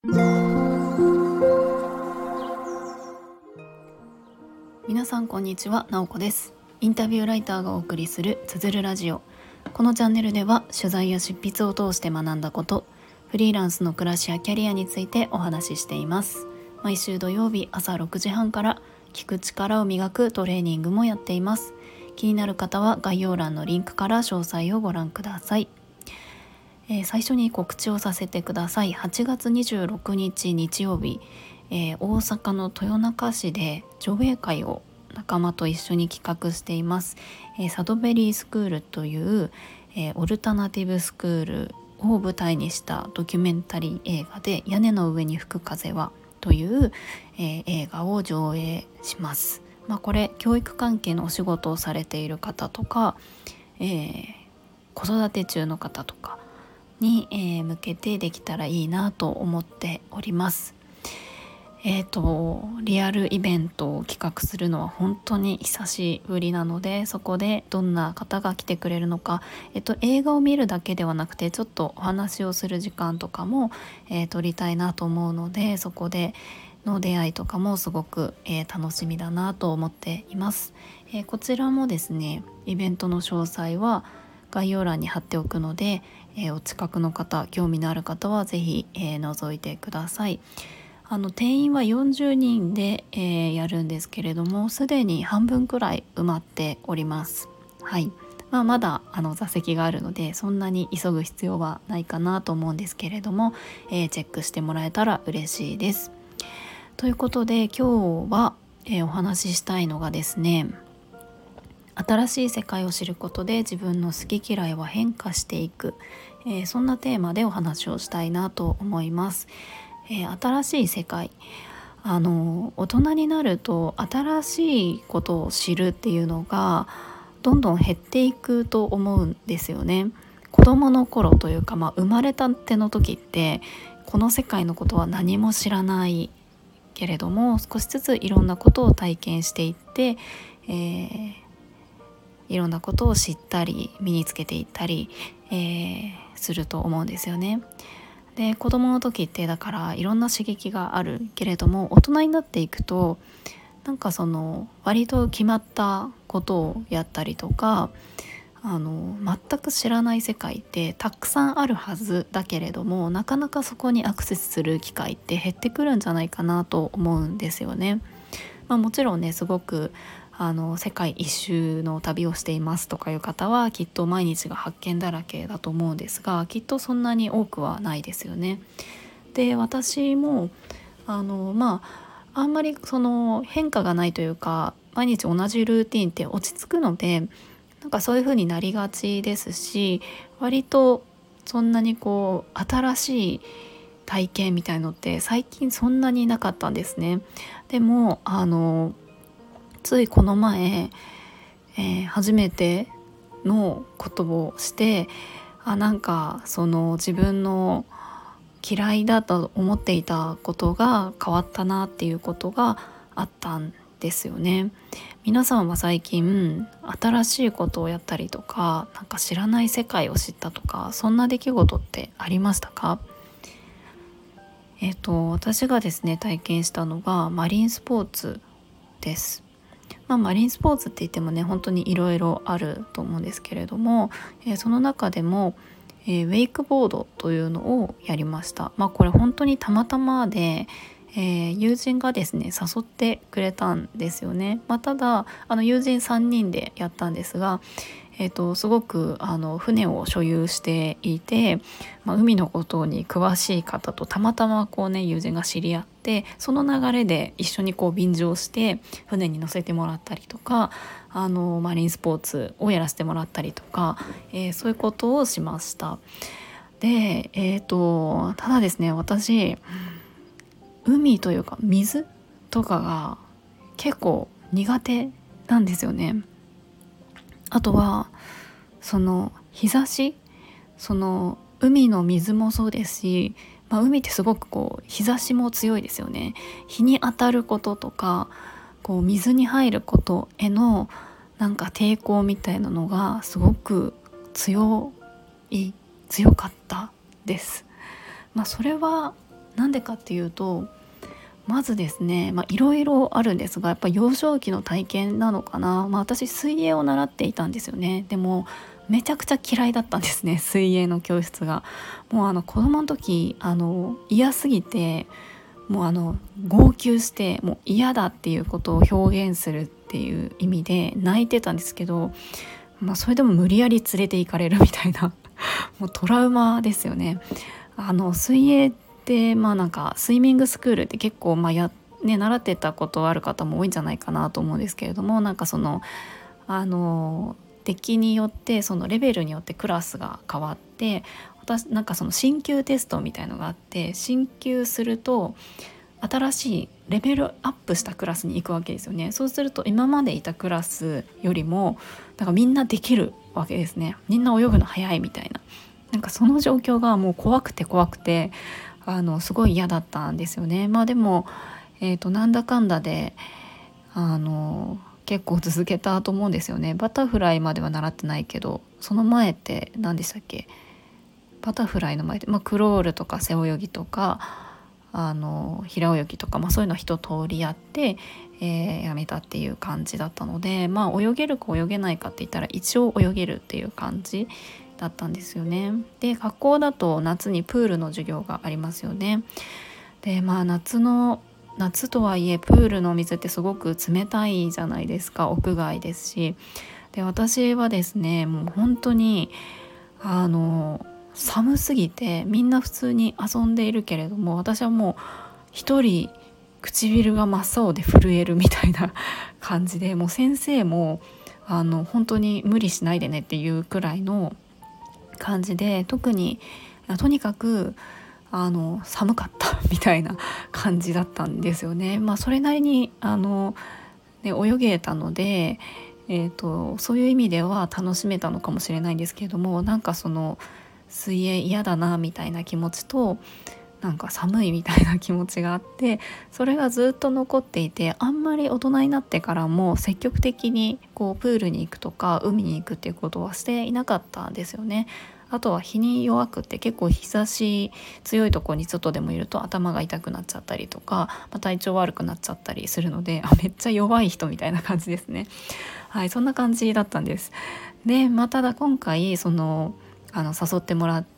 皆さんこんにちは、なおこです。インタビューライターがお送りするつづるラジオ。このチャンネルでは取材や執筆を通して学んだこと、フリーランスの暮らしやキャリアについてお話ししています。毎週土曜日朝6時半から聞く力を磨くトレーニングもやっています。気になる方は概要欄のリンクから詳細をご覧ください。最初に告知をさせてください。8月26日日曜日、大阪の豊中市で上映会を仲間と一緒に企画しています。サドベリースクールという、オルタナティブスクールを舞台にしたドキュメンタリー映画で屋根の上に吹く風はという、映画を上映します。これ教育関係のお仕事をされている方とか、子育て中の方とかに、向けてできたらいいなと思っております。リアルイベントを企画するのは本当に久しぶりなので、そこでどんな方が来てくれるのか、映画を見るだけではなくてちょっとお話をする時間とかも、取りたいなと思うので、そこでの出会いとかもすごく、楽しみだなと思っています。こちらもですね、イベントの詳細は概要欄に貼っておくので、お近くの方、興味のある方はぜひ、覗いてください。定員は40人で、やるんですけれども、すでに半分くらい埋まっております。はい。まだ座席があるので、そんなに急ぐ必要はないかなと思うんですけれども、チェックしてもらえたら嬉しいです。ということで今日は、お話ししたいのがですね、新しい世界を知ることで自分の好き嫌いは変化していく、そんなテーマでお話をしたいなと思います。新しい世界、大人になると新しいことを知るっていうのがどんどん減っていくと思うんですよね。子供の頃というか、生まれたての時ってこの世界のことは何も知らないけれども、少しずついろんなことを体験していって、いろんなことを知ったり身につけていったり、すると思うんですよね。で、子供の時ってだからいろんな刺激があるけれども、大人になっていくと割と決まったことをやったりとか、全く知らない世界ってたくさんあるはずだけれども、なかなかそこにアクセスする機会って減ってくるんじゃないかなと思うんですよね。もちろんね、すごく世界一周の旅をしていますとかいう方はきっと毎日が発見だらけだと思うんですが、きっとそんなに多くはないですよね。で、私もあんまり変化がないというか、毎日同じルーティンって落ち着くので、そういう風になりがちですし、割とそんなに新しい体験みたいのって最近そんなになかったんですね。でもついこの前、初めてのことをして、自分の嫌いだと思っていたことが変わったなっていうことがあったんですよね。皆さんは最近新しいことをやったりとか、知らない世界を知ったとか、そんな出来事ってありましたか？私がですね、体験したのがマリンスポーツです。マリンスポーツって言ってもね、本当にいろいろあると思うんですけれども、その中でも、ウェイクボードというのをやりました。これ本当にたまたまで、友人がですね誘ってくれたんですよね。ただ友人3人でやったんですが、すごく船を所有していて、海のことに詳しい方とたまたま友人が知り合って、その流れで一緒に便乗して船に乗せてもらったりとか、マリンスポーツをやらせてもらったりとか、そういうことをしました。で、ただですね、私海というか水とかが結構苦手なんですよね。あとは日差し、海の水もそうですし、海ってすごく日差しも強いですよね。日に当たることとか水に入ることへの抵抗みたいなのがすごく強かったです。それはなんでかっていうと、まずですね、いろいろあるんですが、やっぱ幼少期の体験なのかな。私水泳を習っていたんですよね。でもめちゃくちゃ嫌いだったんですね、水泳の教室が。もう子供の時嫌すぎて、もう号泣して、もう嫌だっていうことを表現するっていう意味で泣いてたんですけど、それでも無理やり連れて行かれるみたいなもうトラウマですよね。水泳ってなんかスイミングスクールって結構習ってたことある方も多いんじゃないかなと思うんですけれども、なんか出来によってそのレベルによってクラスが変わって、私なんかその進級テストみたいのがあって、進級すると新しいレベルアップしたクラスに行くわけですよね。そうすると今までいたクラスよりもなんかみんなできるわけですね。みんな泳ぐの早いみたいな、なんかその状況がもう怖くてすごい嫌だったんですよね。でも、なんだかんだで結構続けたと思うんですよね。バタフライまでは習ってないけど、その前って何でしたっけ。バタフライの前で、クロールとか背泳ぎとか平泳ぎとか、そういうの一通りやって、やめたっていう感じだったので、泳げるか泳げないかって言ったら一応泳げるっていう感じだったんですよね。で、学校だと夏にプールの授業がありますよね。で夏とはいえプールの水ってすごく冷たいじゃないですか。屋外ですし。で、私はですね、もう本当に寒すぎてみんな普通に遊んでいるけれども、私はもう一人唇が真っ青で震えるみたいな感じで、もう先生も本当に無理しないでねっていうくらいの感じで、とにかく寒かったみたいな感じだったんですよね。それなりに泳げたので、そういう意味では楽しめたのかもしれないんですけれども、なんかその水泳嫌だなみたいな気持ちと、なんか寒いみたいな気持ちがあって、それがずっと残っていて、あんまり大人になってからも積極的にこうプールに行くとか海に行くっていうことはしていなかったんですよね。あとは日に弱くって、結構日差し強いところに外でもいると頭が痛くなっちゃったりとか、体調悪くなっちゃったりするので、めっちゃ弱い人みたいな感じですね。はい、そんな感じだったんです。で、ただ今回誘ってもらって、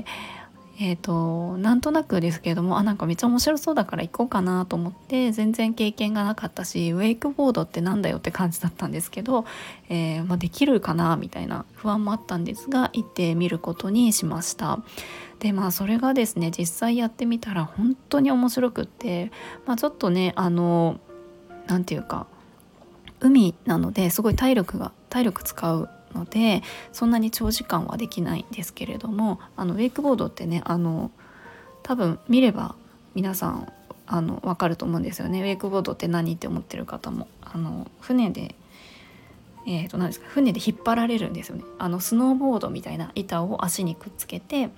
なんとなくですけれども、なんかめっちゃ面白そうだから行こうかなと思って、全然経験がなかったし、ウェイクボードってなんだよって感じだったんですけど、できるかなみたいな不安もあったんですが、行ってみることにしました。で、それがですね、実際やってみたら本当に面白くって、ちょっとね、なんていうか、海なのですごい体力使うので、そんなに長時間はできないんですけれども、ウェイクボードってね、多分見れば皆さん分かると思うんですよね。ウェイクボードって何って思ってる方も、船で何ですか、船で引っ張られるんですよね。スノーボードみたいな板を足にくっつけて、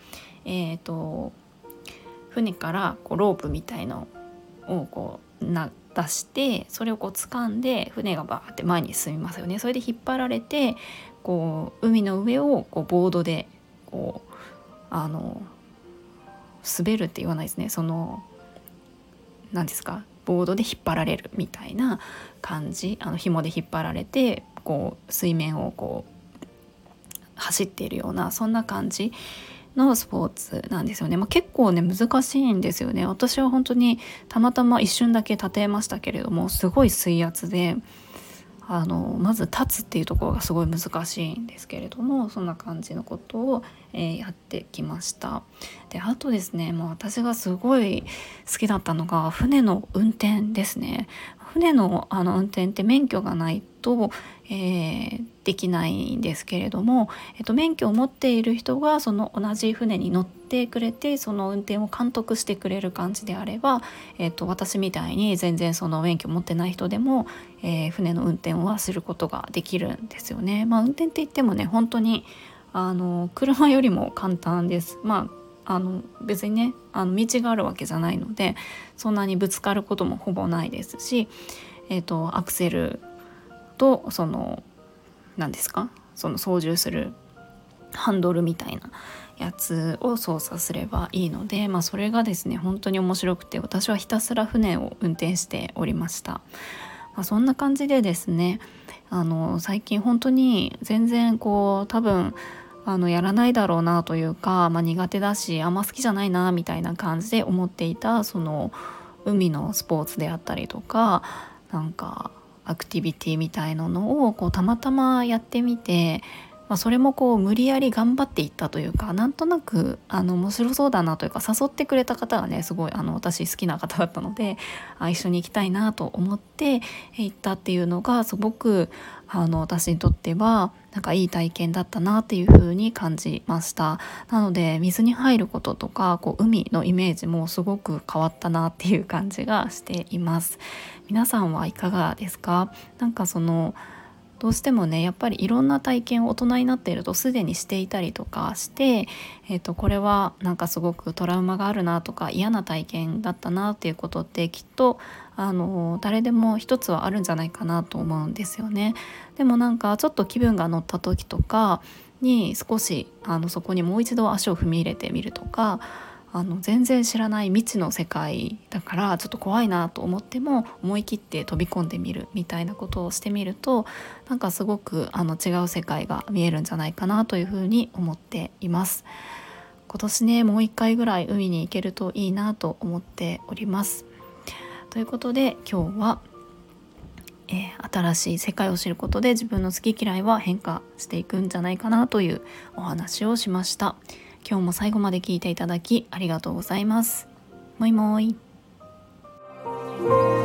船からこうロープみたいのを出して、それを掴んで船がバーって前に進みますよね。それで引っ張られて、海の上をボードで滑るって言わないですね。何ですか、ボードで引っ張られるみたいな感じ、紐で引っ張られて水面を走っているような、そんな感じのスポーツなんですよね。結構ね難しいんですよね。私は本当にたまたま一瞬だけ立てましたけれども、すごい水圧でまず立つっていうところがすごい難しいんですけれども、そんな感じのことを、やってきました。で、あとですね、私がすごい好きだったのが船の運転ですね。船の運転って免許がないと、できないんですけれども、免許を持っている人がその同じ船に乗ってくれて、その運転を監督してくれる感じであれば、私みたいに全然その免許を持ってない人でも、船の運転はすることができるんですよね。運転って言ってもね、本当に車よりも簡単です。別にね道があるわけじゃないので、そんなにぶつかることもほぼないですし、アクセルと何ですか、その操縦するハンドルみたいなやつを操作すればいいので、それがですね本当に面白くて、私はひたすら船を運転しておりました。そんな感じでですね、最近本当に全然多分やらないだろうなというか、苦手だしあんま好きじゃないなみたいな感じで思っていたその海のスポーツであったりとか、なんかアクティビティみたいなのをたまたまやってみて、それも無理やり頑張っていったというか、なんとなく面白そうだなというか、誘ってくれた方がねすごい私好きな方だったので、一緒に行きたいなと思って行ったっていうのがすごく私にとってはなんかいい体験だったなっていう風に感じました。なので水に入ることとか海のイメージもすごく変わったなっていう感じがしています。皆さんはいかがですか？なんかどうしてもねやっぱりいろんな体験を大人になっているとすでにしていたりとかして、これはなんかすごくトラウマがあるなとか嫌な体験だったなっていうことってきっと誰でも一つはあるんじゃないかなと思うんですよね。でもなんかちょっと気分が乗った時とかに少しそこにもう一度足を踏み入れてみるとか、全然知らない未知の世界だからちょっと怖いなと思っても思い切って飛び込んでみるみたいなことをしてみると、なんかすごく違う世界が見えるんじゃないかなというふうに思っています。今年ねもう一回ぐらい海に行けるといいなと思っております。ということで今日は、新しい世界を知ることで自分の好き嫌いは変化していくんじゃないかなというお話をしました。今日も最後まで聞いていただきありがとうございます。もいもい。